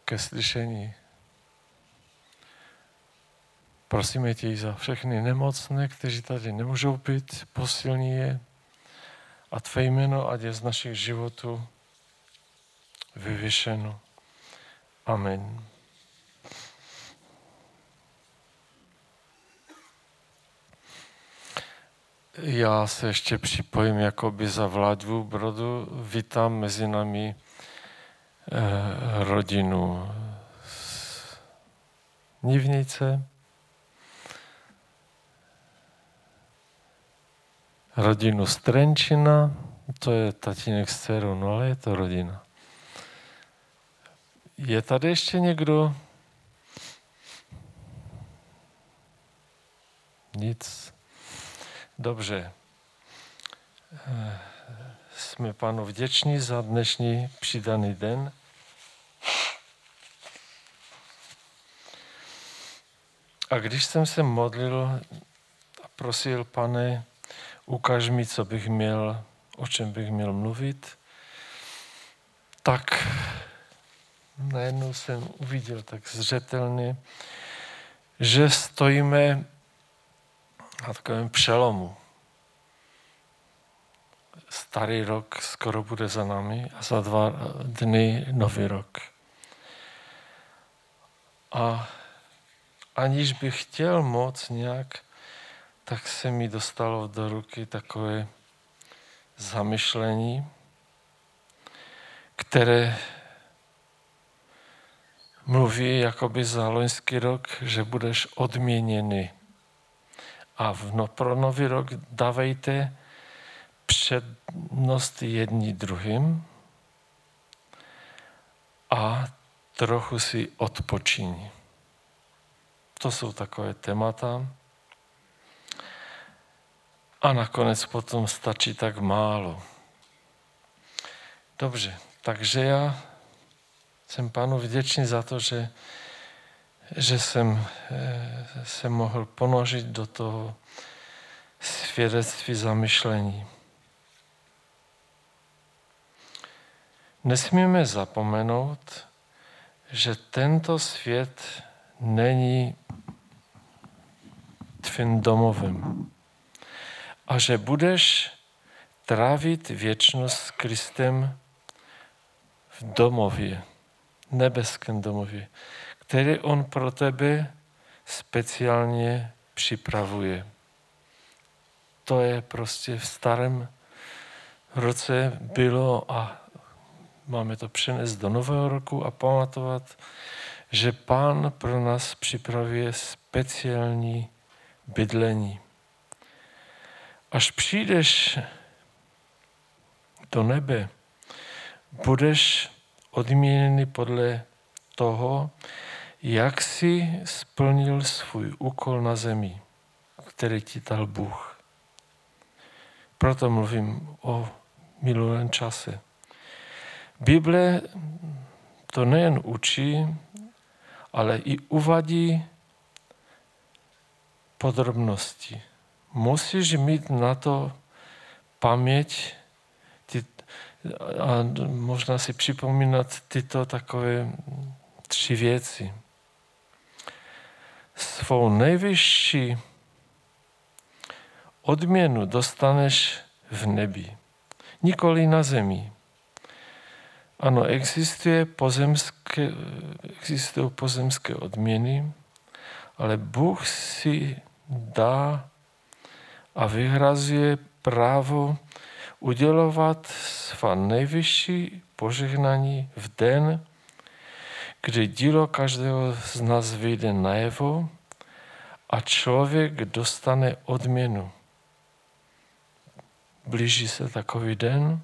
ke slyšení. Prosíme tě za všechny nemocné, kteří tady nemůžou být, posilní je a tvé jméno ať je z našich životů vyvyšeno. Amen. Já se ještě připojím jakoby za Vláďvu Brodu. Vítám mezi námi rodinu z Nivnice, rodinu z Trenčina, to je tatínek s dcerou, no ale je to rodina. Je tady ještě někdo? Nic. Dobře. Jsme Pánu vděční za dnešní přidaný den. A když jsem se modlil a prosil, Pane, ukaž mi, co bych měl, o čem bych měl mluvit, tak najednou jsem uviděl tak zřetelně, že stojíme na takovém přelomu. Starý rok skoro bude za námi a za 2 dny nový rok. A aniž bych chtěl moc nějak, tak se mi dostalo do ruky takové zamyšlení, které mluví jakoby za loňský rok, že budeš odměněný. A pro nový rok dávejte přednost jedni druhým a trochu si odpočiň. To jsou takové témata. A nakonec potom stačí tak málo. Dobře, takže já jsem Pánu vděčný za to, že jsem se mohl ponořit do toho svědectví zamyšlení. Nesmíme zapomenout, že tento svět není tvým domovem a že budeš trávit věčnost s Kristem v domově, nebeském domově, který on pro tebe speciálně připravuje. To je prostě v starém roce bylo a máme to přenést do nového roku a pamatovat, že Pán pro nás připravuje speciální bydlení. Až přijdeš do nebe, budeš odměněný podle toho, jak jsi splnil svůj úkol na zemi, který ti dal Bůh. Proto mluvím o minulém čase. Bible to nejen učí, ale i uvádí podrobnosti. Musíš mít na to paměť a možná si připomínat tyto takové 3 věci. Svou nejvyšší odměnu dostaneš v nebi, nikoli na zemi. Ano, existují pozemské odměny, ale Bůh si dá a vyhrazuje právo udělovat svá nejvyšší požehnání v den, kdy dílo každého z nás vyjde najevo a člověk dostane odměnu. Blíží se takový den,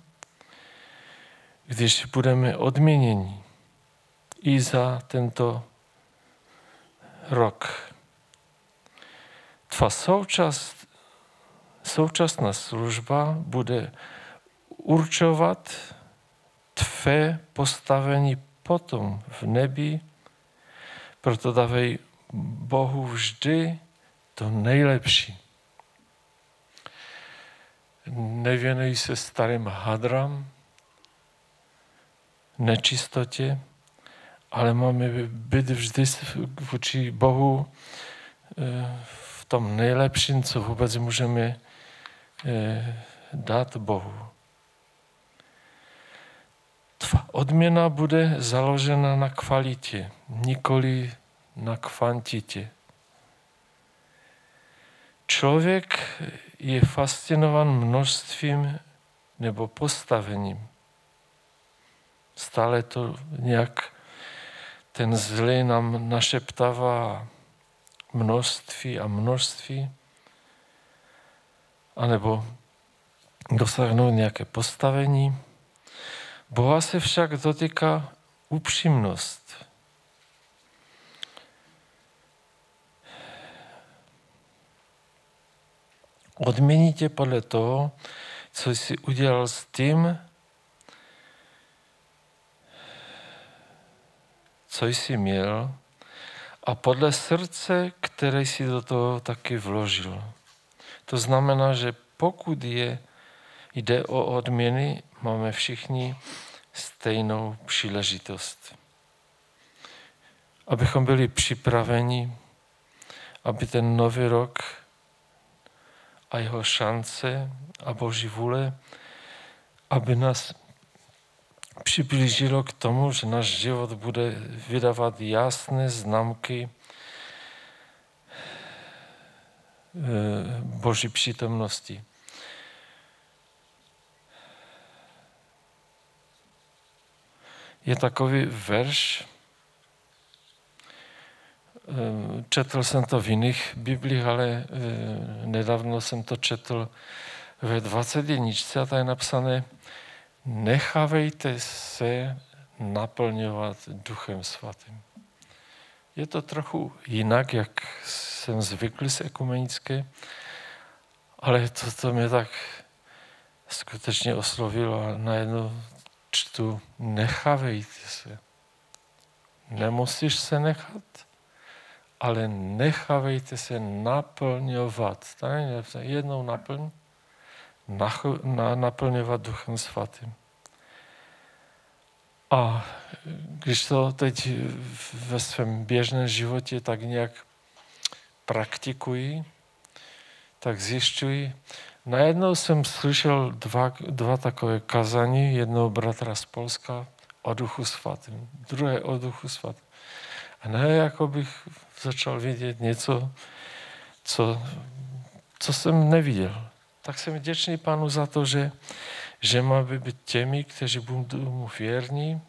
když budeme odměněni i za tento rok. Tvá současná služba bude určovat tvé postavení potom v nebi, proto dávej Bohu vždy to nejlepší. Nevěnuj se starým hadram, nečistotě, ale máme být vždy vůči Bohu v tom nejlepším, co vůbec můžeme dát Bohu. Tvá odměna bude založena na kvalitě, nikoli na kvantitě. Člověk je fascinovan množstvím nebo postavením. Stále to nějak ten zlý nám našeptává množství a množství, anebo dosáhnout nějaké postavení. Boha se však dotýká upřímnost. Odmění tě podle toho, co jsi udělal s tím, co jsi měl, a podle srdce, které jsi do toho taky vložil. To znamená, že pokud jde o odměny, máme všichni stejnou příležitost. Abychom byli připraveni, aby ten nový rok a jeho šance a Boží vůle, aby nás přiblížilo k tomu, že náš život bude vydávat jasné známky Boží přítomnosti. Je takový verš, četl jsem to v jiných biblích, ale nedávno jsem to četl ve 21. a tady je napsané: Nechávejte se naplňovat Duchem Svatým. Je to trochu jinak, jak jsem zvyklý z ekumenické, ale to mě tak skutečně oslovilo a najednou čtu: nechávejte se. Nemusíš se nechat, ale nechávejte se naplňovat. Tady jednou naplňovat Duchem Svatým. A když to teď ve svém běžném životě tak nějak praktikuji, tak zjišťuji. Najednou jsem slyšel dva takové kazání, jednoho bratra z Polska o Duchu Svatém, druhé o Duchu Svatém. A ne, jako bych začal vidět něco, co jsem neviděl. Tak jsem vděčný Pánu za to, že máme být těmi, kteří budou mu věrní,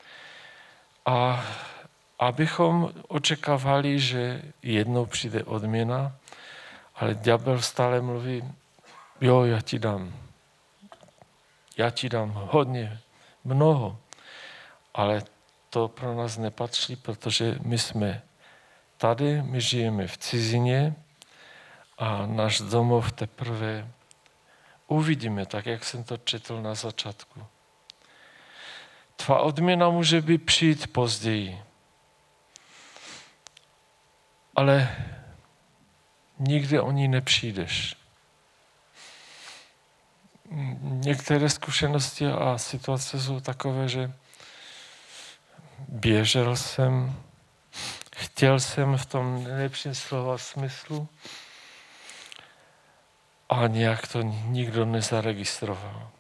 a abychom očekávali, že jednou přijde odměna, ale ďábel stále mluví: jo, já ti dám hodně, mnoho, ale to pro nás nepatří, protože my jsme tady, my žijeme v cizině a náš domov teprve uvidíme, tak jak jsem to četl na začátku. Tvá odměna může být přijít později, ale nikdy o ní nepřijdeš. Některé zkušenosti a situace jsou takové, že běžel jsem, chtěl jsem v tom nejlepším slova smyslu a nějak to nikdo nezaregistroval.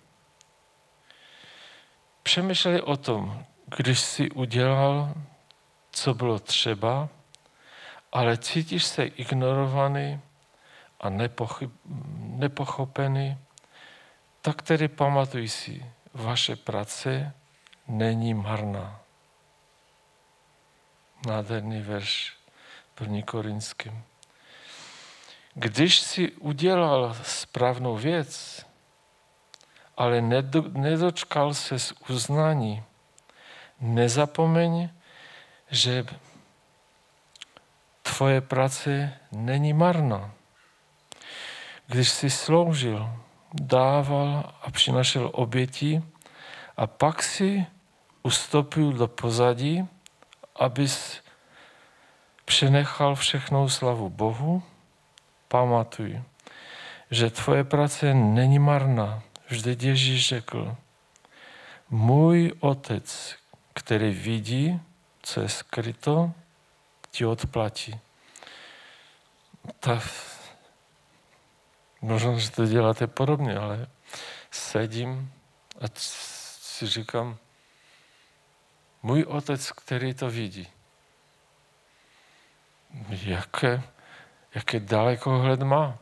Přemýšlej o tom, když jsi udělal, co bylo třeba, ale cítíš se ignorovaný a nepochopený, tak tedy pamatuj si, vaše práce není marná. Nádherný verš 1. Korinským. Když jsi udělal správnou věc, ale nedočkal se z uznání, nezapomeň, že tvoje práce není marná. Když jsi sloužil, dával a přinašel oběti a pak si ustoupil do pozadí, abys přenechal všechnou slavu Bohu, pamatuj, že tvoje práce není marná. Vždyť Ježíš řekl: můj Otec, který vidí, co je skryto, ti odplatí. Tak, možná, že to děláte podobně, ale sedím a si říkám, můj otec, který to vidí, jaký dalekohled má.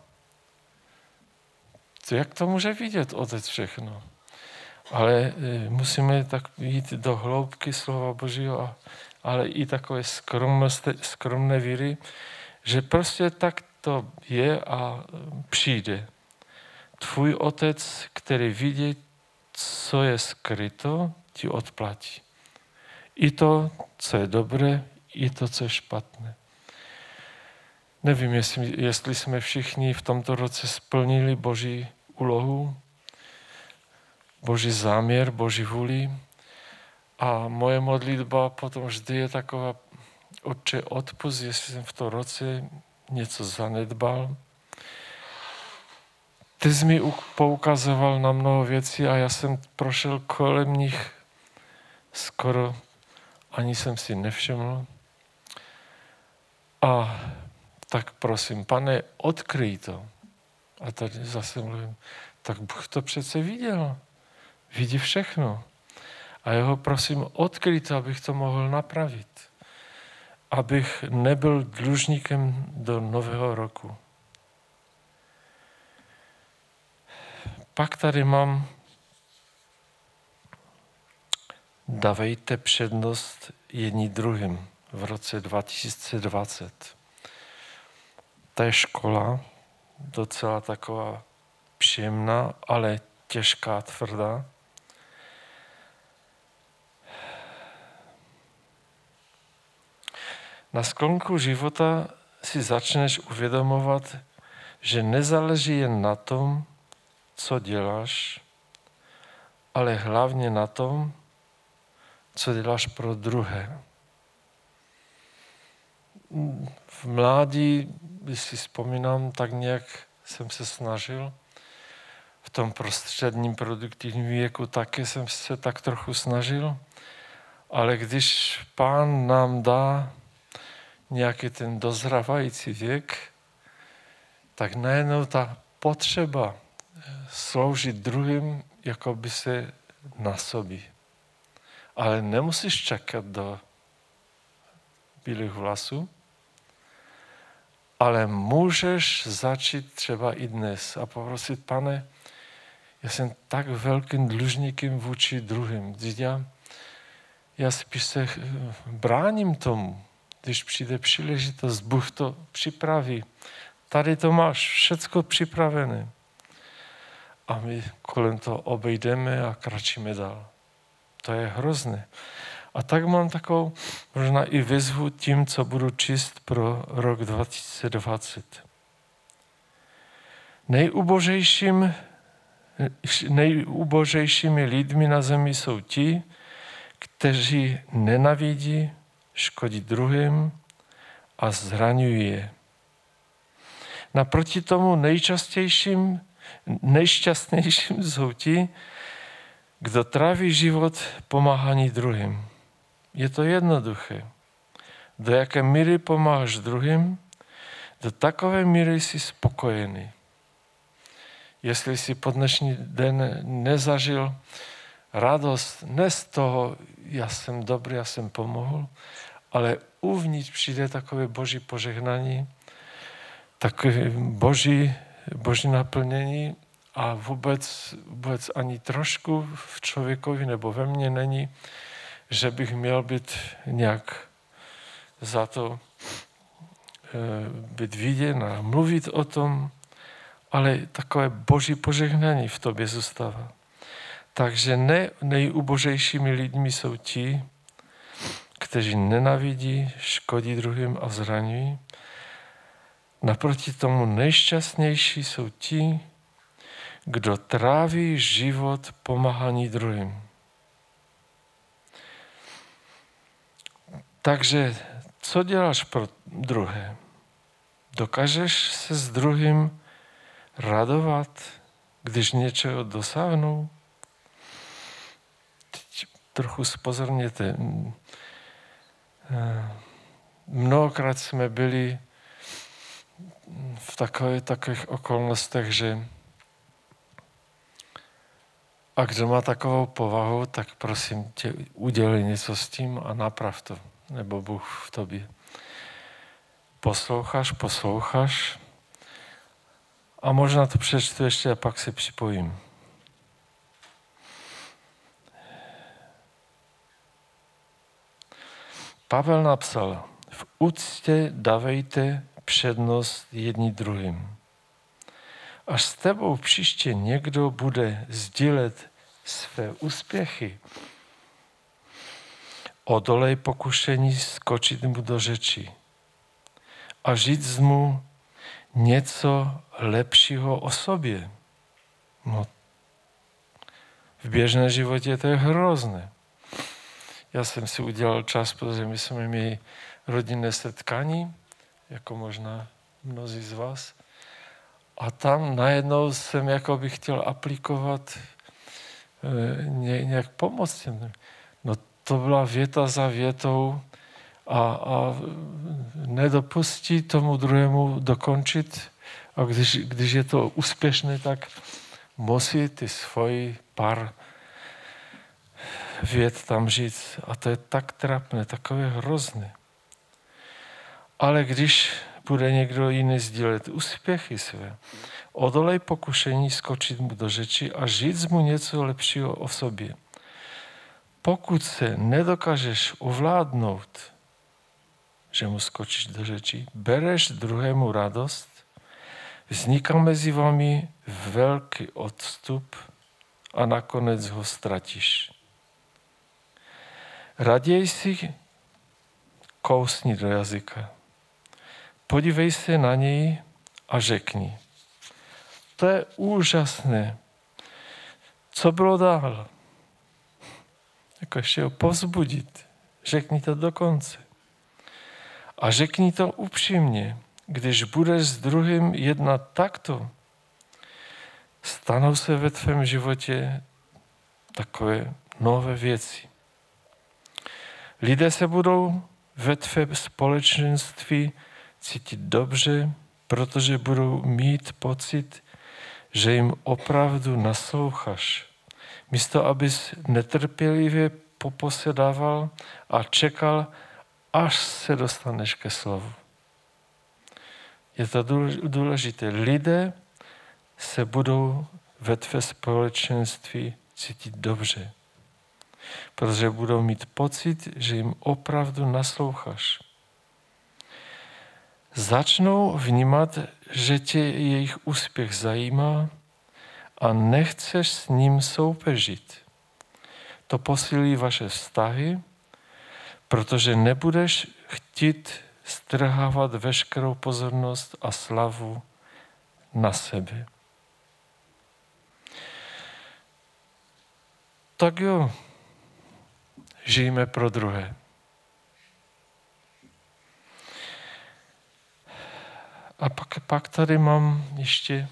Jak to může vidět otec všechno? Ale musíme tak jít do hloubky slova Božího, ale i takové skromné víry, že prostě tak to je a přijde. Tvůj otec, který vidí, co je skryto, ti odplatí. I to, co je dobré, i to, co je špatné. Nevím, jestli jsme všichni v tomto roce splnili Boží úlohu, Boží záměr, Boží vůli. A moje modlitba potom vždy je taková, Otče, odpusť, jestli jsem v tom roce něco zanedbal. Ty jsi mi poukazoval na mnoho věcí a já jsem prošel kolem nich, skoro ani jsem si nevšiml. A tak prosím, Pane, odkryj to. A tady zase mluvím, tak Bůh to přece viděl. Vidí všechno. A jeho prosím, odkryj to, abych to mohl napravit. Abych nebyl dlužníkem do nového roku. Pak tady mám, dávejte přednost jedni druhým v roce 2020. Ta je škola, docela taková příjemná, ale těžká, tvrdá. Na sklonku života si začneš uvědomovat, že nezáleží jen na tom, co děláš, ale hlavně na tom, co děláš pro druhé. V mládí, když si vzpomínám, tak nějak jsem se snažil. V tom prostředním produktivním věku taky jsem se tak trochu snažil. Ale když Pán nám dá nějaký ten dozrávající věk, tak najednou ta potřeba sloužit druhým, jako by se násobí. Ale nemusíš čekat do bílých vlasů, ale můžeš začít třeba i dnes a poprosit, Pane, já jsem tak velkým dlužníkem vůči druhým. Já spíš se bráním tomu, když přijde příležitost, Bůh to připraví. Tady to máš, všecko připravené. A my kolem toho obejdeme a kračíme dál. To je hrozné. A tak mám takovou možná i výzvu tím, co budu číst pro rok 2020. Nejubožejšími lidmi na zemi jsou ti, kteří nenavidí, škodí druhým a zraňují je. Naproti tomu nejšťastnějším jsou ti, kdo tráví život pomáhání druhým. Je to jednoduché. Do jaké míry pomáháš druhým, do takové míry jsi spokojený. Jestli jsi po dnešní den nezažil radost, ne z toho, já jsem dobrý, já jsem pomohl, ale uvnitř přijde takové Boží požehnání, takové Boží naplnění a vůbec ani trošku v člověkovi nebo ve mně není, že bych měl být nějak za to být viděn a mluvit o tom, ale takové Boží požehnání v tobě zůstává. Takže nejubožejšími lidmi jsou ti, kteří nenavidí, škodí druhým a zraňují. Naproti tomu nejšťastnější jsou ti, kdo tráví život pomáhání druhým. Takže co děláš pro druhé? Dokážeš se s druhým radovat, když něčeho dosáhnou? Teď trochu spozorněte. Mnohokrát jsme byli v takových okolnostech, že a kdo má takovou povahu, tak prosím tě, udělej něco s tím a naprav to, nebo Bůh v tobě. Posloucháš a možná to přečtu ještě a pak se připojím. Pavel napsal, v úctě dávejte přednost jedni druhým. Až s tebou příště někdo bude sdílet své úspěchy, odolej pokušení skočit mu do řeči a říct mu něco lepšího o sobě. No, v běžném životě to je hrozné. Já jsem si udělal čas, protože my jsme měli rodinné setkání, jako možná mnozí z vás. A tam najednou jsem jako bych chtěl aplikovat nějak pomoct. No to byla věta za větou a nedopustí tomu druhému dokončit. A když je to úspěšné, tak musí ty svoji pár vět tam říct. A to je tak trapné, takové hrozné. Ale když bude někdo jiný sdílet úspěchy své, odolej pokušení skočit mu do řeči a říct mu něco lepšího o sobě. Pokud se nedokážeš ovládnout, že mu skočíš do řeči, bereš druhému radost, vzniká mezi vámi velký odstup a nakonec ho ztratíš. Raději si kousni do jazyka. Podívej se na něj a řekni. To je úžasné. Co bylo dál? Jako ještě ho povzbudit. Řekni to do konce. A řekni to upřímně. Když budeš s druhým jednat takto, stanou se ve tvém životě takové nové věci. Lidé se budou ve tvém společenství cítit dobře, protože budou mít pocit, že jim opravdu nasloucháš. Místo, abys netrpělivě poposedával a čekal, až se dostaneš ke slovu. Je to důležité. Lidé se budou ve tvé společenství cítit dobře, protože budou mít pocit, že jim opravdu nasloucháš. Začnou vnímat, že tě jejich úspěch zajímá a nechceš s ním soupeřit. To posílí vaše vztahy, protože nebudeš chtít strhávat veškerou pozornost a slavu na sebe. Tak jo, žijeme pro druhé. A pak tady mám ještě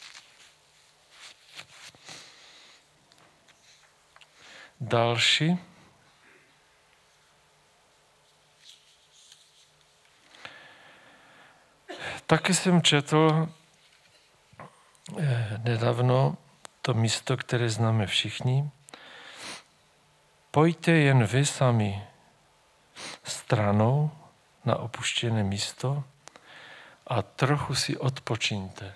další. Taky jsem četl nedávno to místo, které známe všichni. Pojďte jen vy sami stranou na opuštěné místo a trochu si odpočiňte.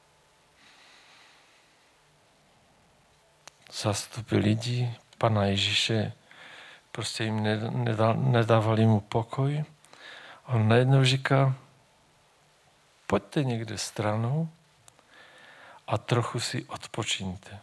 Zástupy lidí, Pana Ježíše, prostě jim nedávali mu pokoj. A on najednou říká, pojďte někde stranou a trochu si odpočiňte.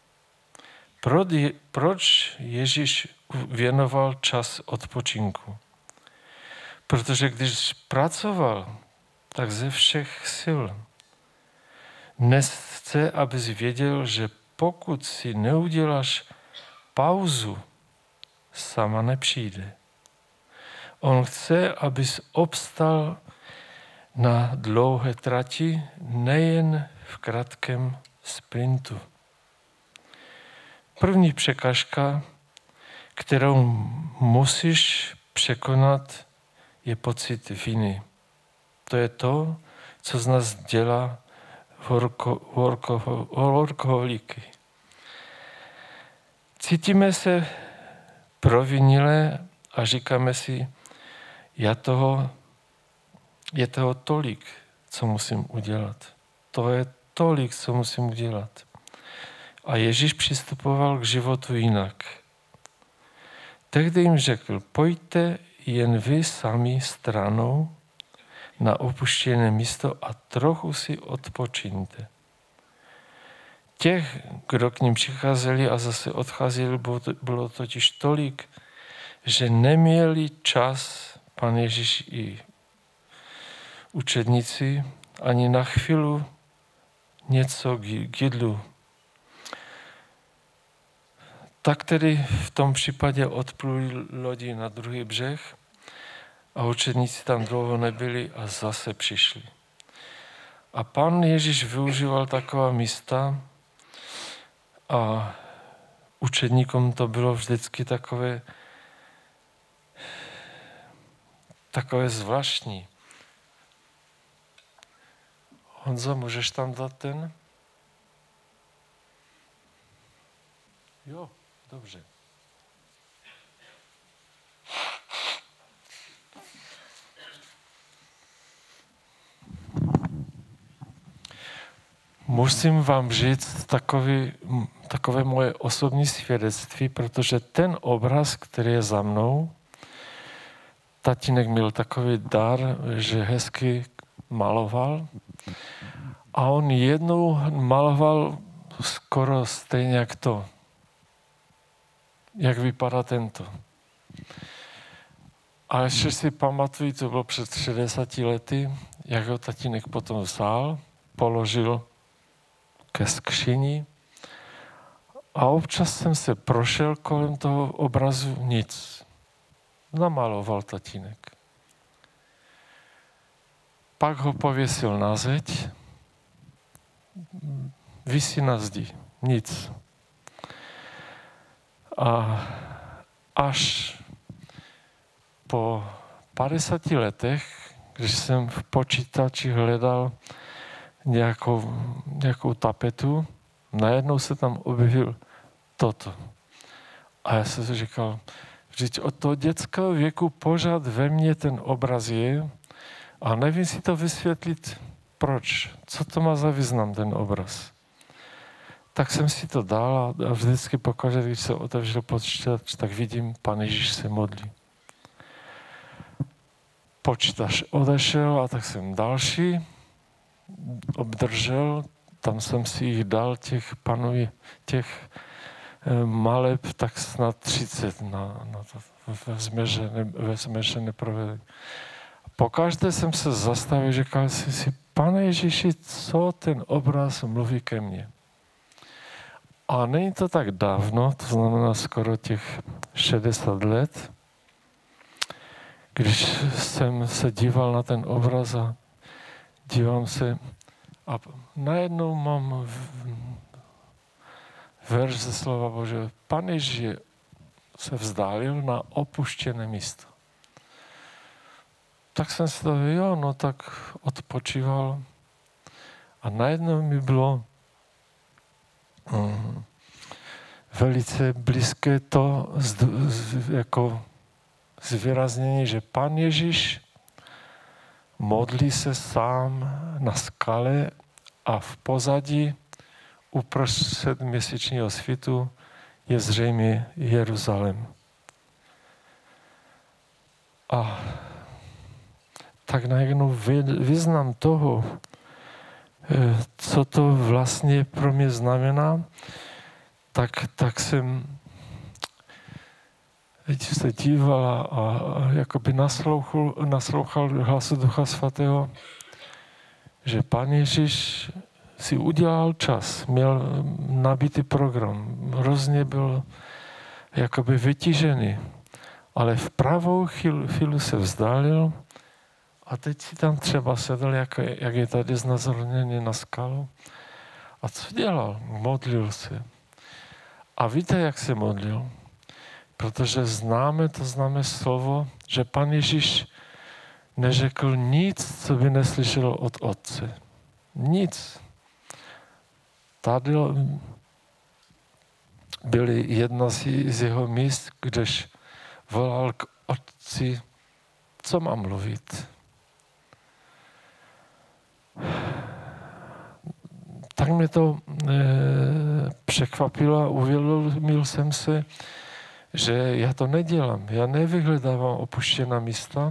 Proč Ježíš věnoval čas odpočinku? Protože když pracoval, tak ze všech sil. Dnes chce, abys věděl, že pokud si neuděláš pauzu, sama nepřijde. On chce, abys obstal na dlouhé trati, nejen v krátkém sprintu. První překážka, kterou musíš překonat, je pocit viny. To je to, co z nás dělá workoholiky. Cítíme se provinile a říkáme si, je toho tolik, co musím udělat. To je tolik, co musím udělat. A Ježíš přistupoval k životu jinak. Tehdy jim řekl, pojďte jen vy sami stranou na opuštěné místo a trochu si odpočiňte. Těch, kdo k ním přicházeli a zase odcházeli, bylo totiž tolik, že neměli čas, Pan Ježíš i učedníci, ani na chvíli něco k jídlu. Tak tedy v tom případě odpluli lodi na druhý břeh a učedníci tam dlouho nebyli a zase přišli. A Pan Ježíš využíval taková místa a učedníkům to bylo vždycky takové zvláštní. Honzo, můžeš tam dát ten? Jo, dobře. Musím vám říct takové moje osobní svědectví, protože ten obraz, který je za mnou, tatínek měl takový dar, že hezky maloval a on jednou maloval skoro stejně jak to. Jak vypadá tento. A ještě si pamatuju, to bylo před 60 lety, jak ho tatínek potom vzal, položil ke skříni a občas jsem se prošel kolem toho obrazu, nic. Namaloval tatínek. Pak ho pověsil na zeď, visí na zdi, nic. A až po 50 letech, když jsem v počítači hledal nějakou tapetu, najednou se tam objevil toto. A já jsem si říkal, že od toho dětského věku pořád ve mně ten obraz je a nevím si to vysvětlit, proč. Co to má za význam, ten obraz. Tak jsem si to dal a vždycky pokaždé, když se otevřel počítač, tak vidím, Pan Ježíš se modlí. Počítač odešel a tak jsem další obdržel, tam jsem si jich dal těch maleb tak snad 30 na to ve změřené provedení. Pokaždé jsem se zastavil, říkal jsem si, Pane Ježíši, co ten obraz mluví ke mně? A není to tak dávno, to znamená skoro těch 60 let, když jsem se díval na ten obraz a dívám se a najednou mám verš ze slova Bože. Pan Ježíš se vzdálil na opuštěné místo. Tak jsem si to, tak odpočíval a najednou mi bylo velice blízké to jako zvýraznění, že Pan Ježíš modlí se sám na skale a v pozadí uprostřed měsíčního svitu je zřejmě Jeruzalém. A tak najednou význam toho, co to vlastně pro mě znamená, tak jsem se díval a jakoby naslouchal hlasu Ducha Svatého, že Pán Ježíš si udělal čas, měl nabitý program, hrozně byl jakoby vytížený, ale v pravou chvíli se vzdálil a teď si tam třeba sedl, jak je tady znázorněný na skalu. A co dělal? Modlil se. A víte, jak se modlil? Protože známe slovo, že Pan Ježíš neřekl nic, co by neslyšel od Otce. Nic. Tady byly jedna z jeho míst, kdež volal k Otci, co mám mluvit. Tak mě to překvapilo a uvědomil jsem se, že já to nedělám. Já nevyhledávám opuštěná místa.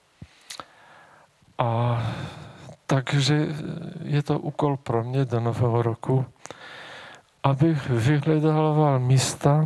A takže je to úkol pro mě do nového roku, abych vyhledával místa,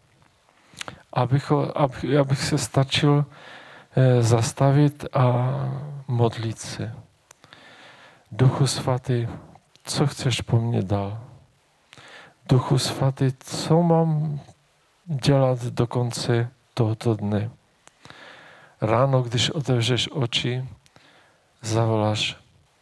abych se stačil zastavit a modlit se. Duchu svatý, co chceš po mně dál? Duchu svatý, co mám dělat do konce tohoto dne? Ráno, když otevřeš oči, zavoláš: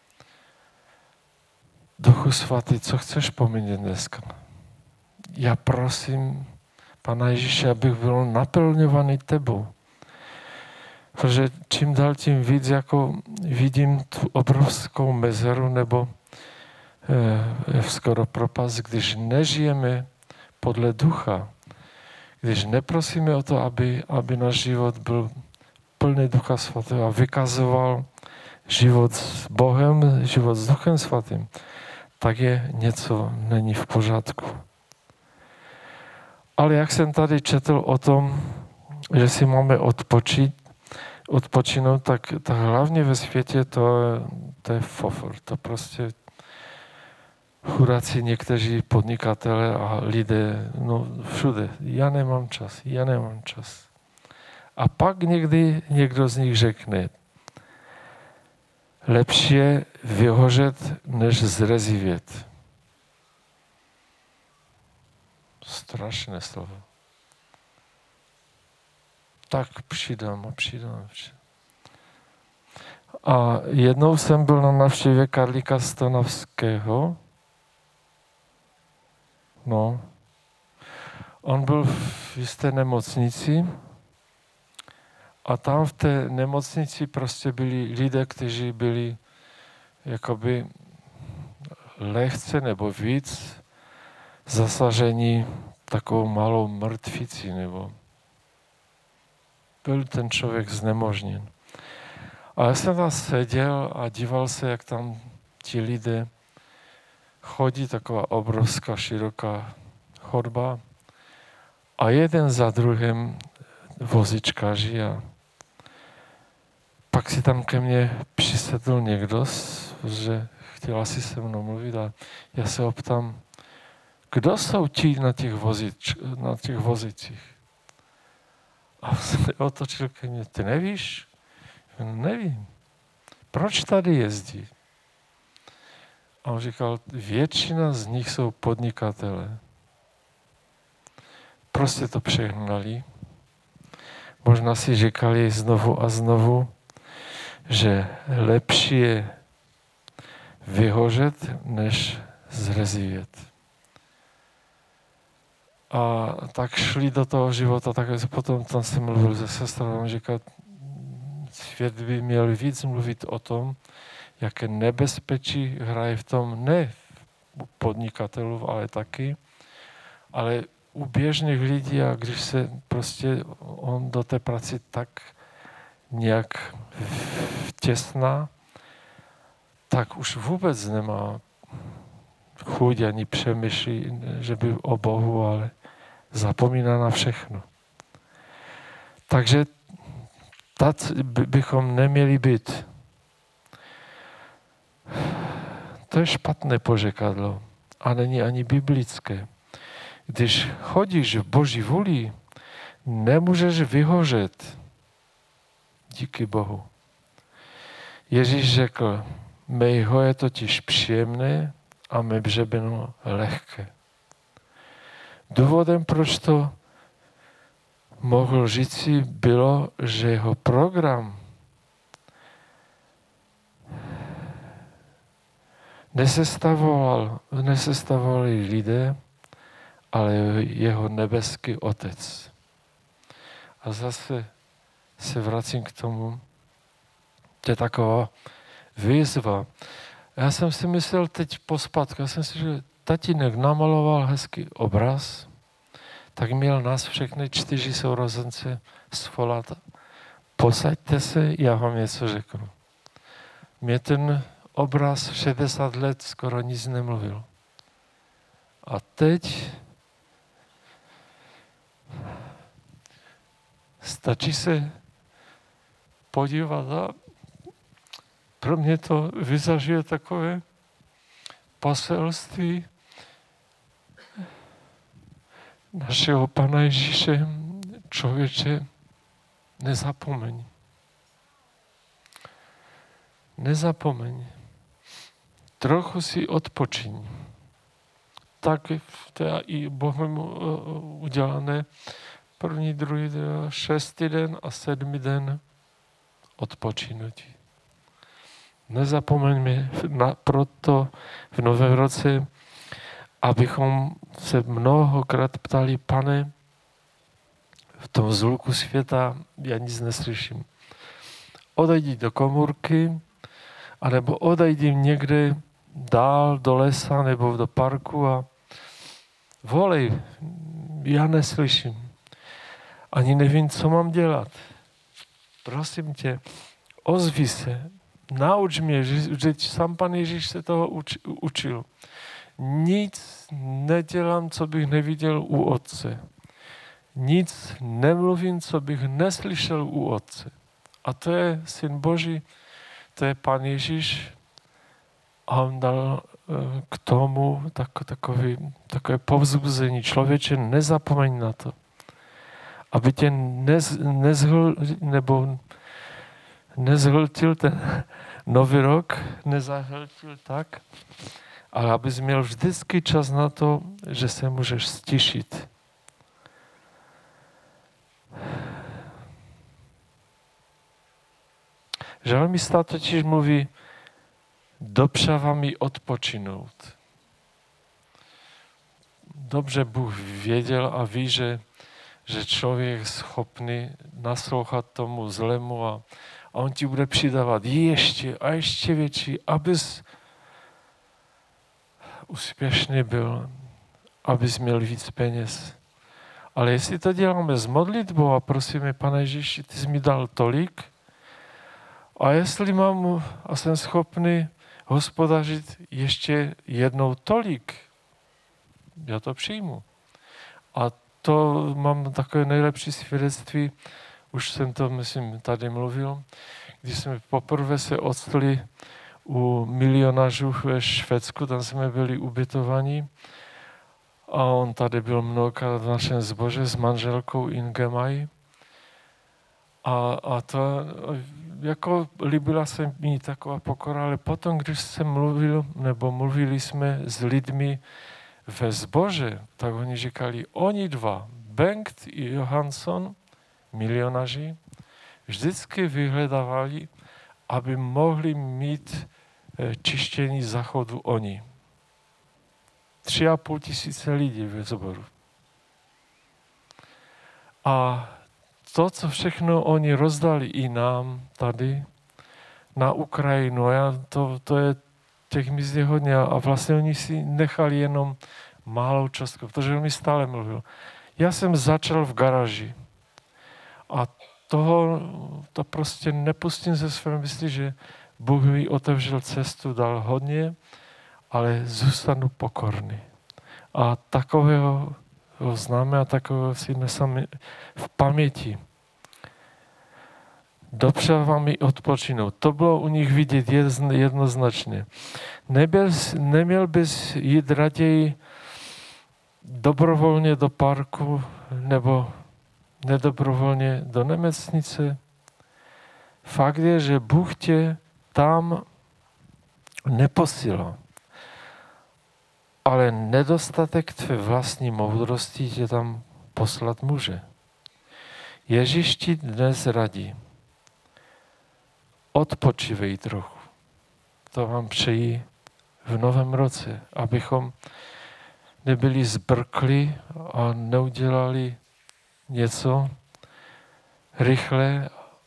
Duchu svatý, co chceš po mně dneska? Já prosím Pana Ježíše, abych byl naplňovaný tebou. Protože čím dál tím víc jako vidím tu obrovskou mezeru nebo skoro propast, když nežijeme podle ducha, když neprosíme o to, aby náš život byl plný Ducha Svatého a vykazoval život s Bohem, život s Duchem Svatým, tak je něco není v pořádku. Ale jak jsem tady četl o tom, že si máme odpočinout, tak hlavně ve světě to je fofr. To prostě chudáci někteří podnikatele a lidé, no všude. Já nemám čas. A pak někdy někdo z nich řekne: lepší je vyhořet, než zrezivět. Strašné slovo. Tak přidám. A jednou jsem byl na návštěvě Karlíka Stonavského. No. On byl v jisté nemocnici a tam v té nemocnici prostě byli lidé, kteří byli jakoby lehce nebo víc zasažení takovou malou mrtvicí, nebo byl ten člověk znemožněn. A já jsem tam seděl a díval se, jak tam ti lidé chodí, taková obrovská, široká chodba a jeden za druhým vozičkaři a pak si tam ke mně přisedl někdo, že chtěl asi se mnou mluvit a já se optám, kdo jsou ti na těch vozicích? A on se otočil ke mně, ty nevíš? Nevím. Proč tady jezdí? A on říkal, většina z nich jsou podnikatelé. Prostě to přehnali. Možná si říkali znovu a znovu, že lepší je vyhořet, než zrezivět. A tak šli do toho života, tak potom tam jsem mluvil se sestrou, on říkal, svět by měl víc mluvit o tom, jaké nebezpečí hraje v tom, ne u podnikatelů, ale taky, ale u běžných lidí, a když se prostě on do té práce tak nějak vtěsná, tak už vůbec nemá chuť ani přemýšlí, že by o Bohu, ale zapomíná na všechno. Takže tak bychom neměli být. To je špatné pořekadlo a není ani biblické. Když chodíš v Boží vůli, nemůžeš vyhořet. Díky Bohu. Ježíš řekl, mé jeho je totiž příjemné a mé břemeno lehké. Důvodem, proč to mohl říci, bylo, že jeho program nesestavovali lidé, ale jeho nebeský Otec. A zase se vracím k tomu, to je taková výzva. Já jsem si myslel teď pospátku, já jsem si, že tatínek namaloval hezký obraz, tak měl nás všechny 4 sourozence svolat. Posaďte se, já vám něco řeknu. Mě ten obraz 60 let skoro nic nemluvil. A teď stačí se podívat a pro mě to vyzažije takové poselství našeho Pana Ježíše, člověče, nezapomeň. Nezapomeň. Trochu si odpočiň. Tak to je i Bohem udělané. 1., 2., 6. den a 7. den odpočinutí. Nezapomeňme proto v Novém roce, abychom se mnohokrát ptali, Pane, v tom zluku světa já nic neslyším. Odejdi do komůrky, anebo odejdi někde dál do lesa nebo do parku a volej, já neslyším. Ani nevím, co mám dělat. Prosím tě, ozvi se, nauč mě, že sám Pan Ježíš se toho učil. Nic nedělám, co bych neviděl u Otce. Nic nemluvím, co bych neslyšel u Otce. A to je Syn Boží, to je Pan Ježíš. A on dal k tomu takové povzbuzení. Člověče, nezapomeň na to. Aby tě nezhltil ten nový rok, nezahltil tak, ale abys měl vždycky čas na to, že se můžeš stišit. Žalmista totiž mluví, dopřává mi odpočinout. Dobře Bůh věděl a ví, že člověk je schopný naslouchat tomu zlému a on ti bude přidávat ještě a ještě větší, abys úspěšný byl, abys měl víc peněz. Ale jestli to děláme s modlitbou a prosíme, Pane Ježíši, ty jsi mi dal tolik, a jestli mám a jsem schopný hospodařit ještě jednou tolik, já to přijmu. A to mám takové nejlepší svědectví, už jsem to, myslím, tady mluvil, když jsme poprvé se odstali u milionářů ve Švédsku, tam jsme byli ubytovaní a on tady byl mnohokrát v našem zboře s manželkou Ingemaj. A to jako líbila se mi taková pokora, ale potom, když jsem mluvili jsme s lidmi ve zboře, tak oni říkali, oni dva, Bengt i Johansson, milionáři, vždycky vyhledávali, aby mohli mít čištění záchodu oni. 3,5 tisíce lidí ve sboru. A to, co všechno oni rozdali i nám tady na Ukrajinu, to je těch míst je hodně a vlastně oni si nechali jenom malou částku, protože on mi stále mluvil. Já jsem začal v garáži a to prostě nepustím ze své mysli, že Bůh mi otevřel cestu, dal hodně, ale zůstanu pokorný. A takového ho známe a takového si neseme v paměti. Dopřává mi odpočinout. To bylo u nich vidět jednoznačně. Neměl bys jít raději dobrovolně do parku nebo nedobrovolně do nemocnice? Fakt je, že Bůh tě tam neposílá. Ale nedostatek tvé vlastní moudrosti tě tam poslat může. Ježíš ti dnes radí. Odpočívej trochu. To vám přeji v novém roce, abychom nebyli zbrkli a neudělali něco, rychle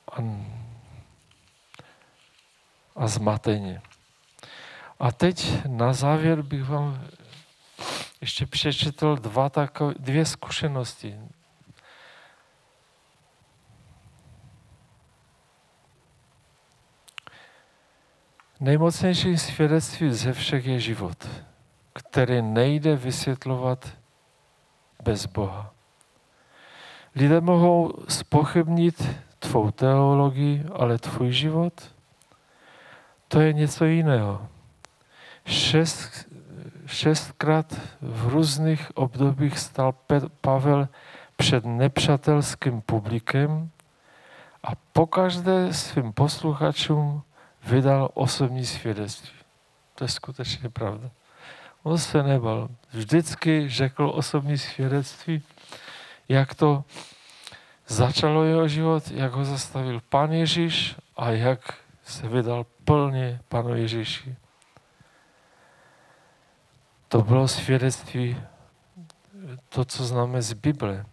a zmateně. A teď na závěr bych vám ještě přečetl dvě zkušenosti. Nejmocnější svědectví ze všech je život, který nejde vysvětlovat bez Boha. Lidé mohou zpochybnit tvou teologii, ale tvůj život, to je něco jiného. Šestkrát v různých obdobích stál Pavel před nepřátelským publikem a pokaždé svým posluchačům vydal osobní svědectví. To je skutečně pravda. On se nebal. Vždycky řekl osobní svědectví, jak to začalo jeho život, jak ho zastavil Pán Ježíš a jak se vydal plně Panu Ježíši. To bylo svědectví, to, co známe z Bible.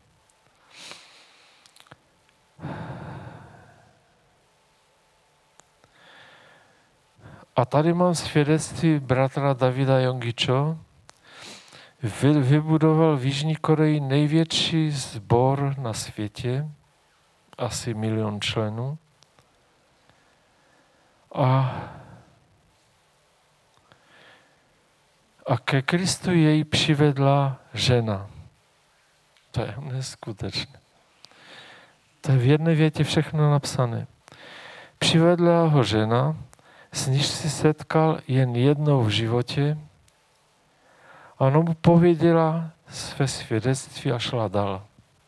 A tady mám svědectví bratra Davida Yonggicho. Vybudoval v Jižní Koreji největší sbor na světě, asi 1 milion členů. A ke Kristu jej přivedla žena. To je neskutečné. To je v jedné větě všechno napsané. Přivedla ho žena, s níž si setkal jen jednou v životě, a ona mu pověděla své svědectví a šla dál.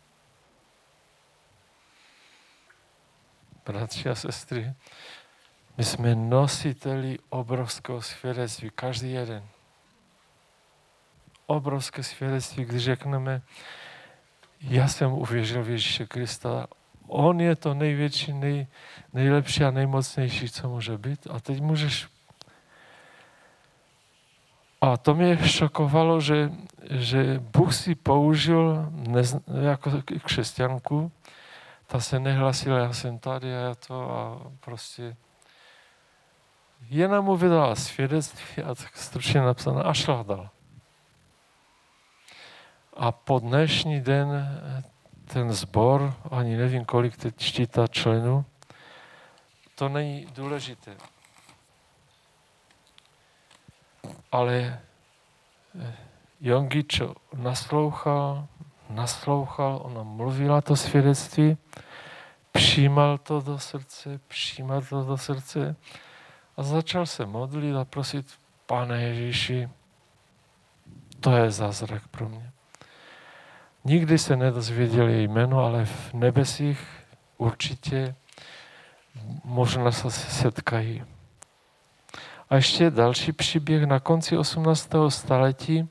Bratři a sestry, my jsme nositeli obrovského svědectví, každý jeden. Obrovské svědectví, když řekneme, já jsem uvěřil v Ježíše Krista, on je to největší, nejlepší a nejmocnější, co může být. A teď můžeš... A to mě šokovalo, že Bůh si použil jako křesťanku, ta se nehlasila, já jsem tady a já to a prostě jenom mu vydala svědectví a tak stručně napsané a šla dál. A po dnešní den ten sbor, ani nevím, kolik teď čítá členů, to není důležité. Ale Yonggicho naslouchal, ona mluvila to svědectví, přijímal to do srdce a začal se modlit a prosit, Pane Ježíši, to je zázrak pro mě. Nikdy se nedozvěděl její jméno, ale v nebesích určitě možná se setkají. A ještě další příběh. Na konci 18. století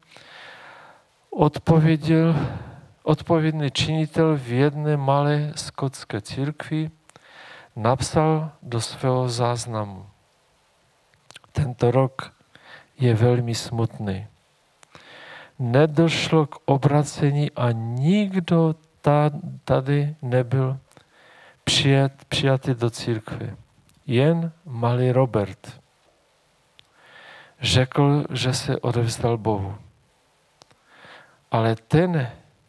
odpovědný činitel v jedné malé skotské církvi napsal do svého záznamu. Tento rok je velmi smutný. Nedošlo k obracení a nikdo tady nebyl přijatý do církve. Jen malý Robert řekl, že se odevzdal Bohu. Ale ten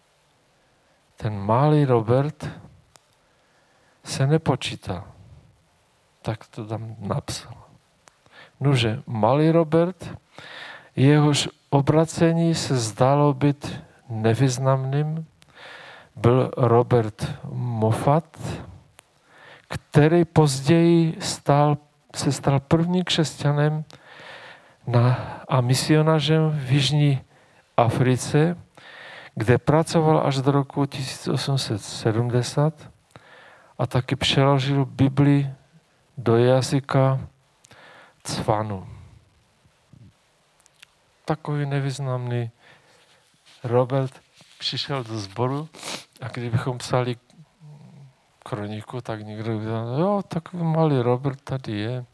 malý Robert se nepočítá. Tak to tam napsal. Nože, malý Robert, jehož obracení se zdálo být nevýznamným, byl Robert Moffat, který později se stal prvním křesťanem a misionářem v Jižní Africe, kde pracoval až do roku 1870 a taky přeložil Bibli do jazyka Cvanu. Takový nevýznamný Robert přišel do sboru a kdybychom psali kroniku, tak někdo by říkal, jo, takový malý Robert tady je.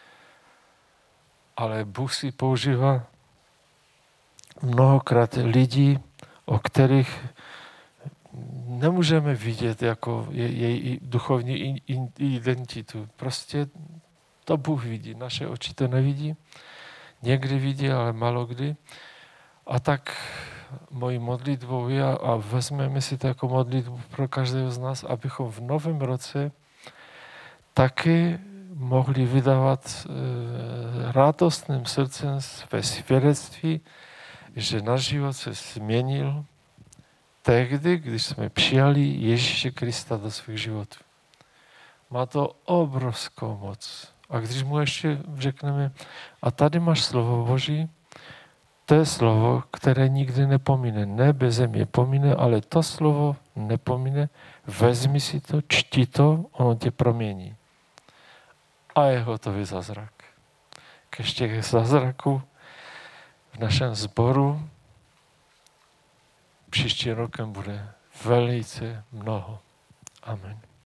Ale Bůh si používá mnohokrát lidí, o kterých nemůžeme vidět jako její duchovní identitu. Prostě to Bůh vidí, naše oči to nevidí. Někdy vidí, ale málo kdy. A tak mojí modlitbou je, a vezmeme si to jako modlitbu pro každého z nás, abychom v novém roce taky mohli vydávat radostným srdcem své svědectví, že náš život se změnil tehdy, když jsme přijali Ježíše Krista do svých životů. Má to obrovskou moc. A když mu ještě řekneme, a tady máš slovo Boží, to je slovo, které nikdy nepomine. Nebe, země pomine, ale to slovo nepomine. Vezmi si to, čti to, ono tě promění. A je hotový zázrak. Ještě k zázraku v našem sboru příští rokem bude velice mnoho. Amen.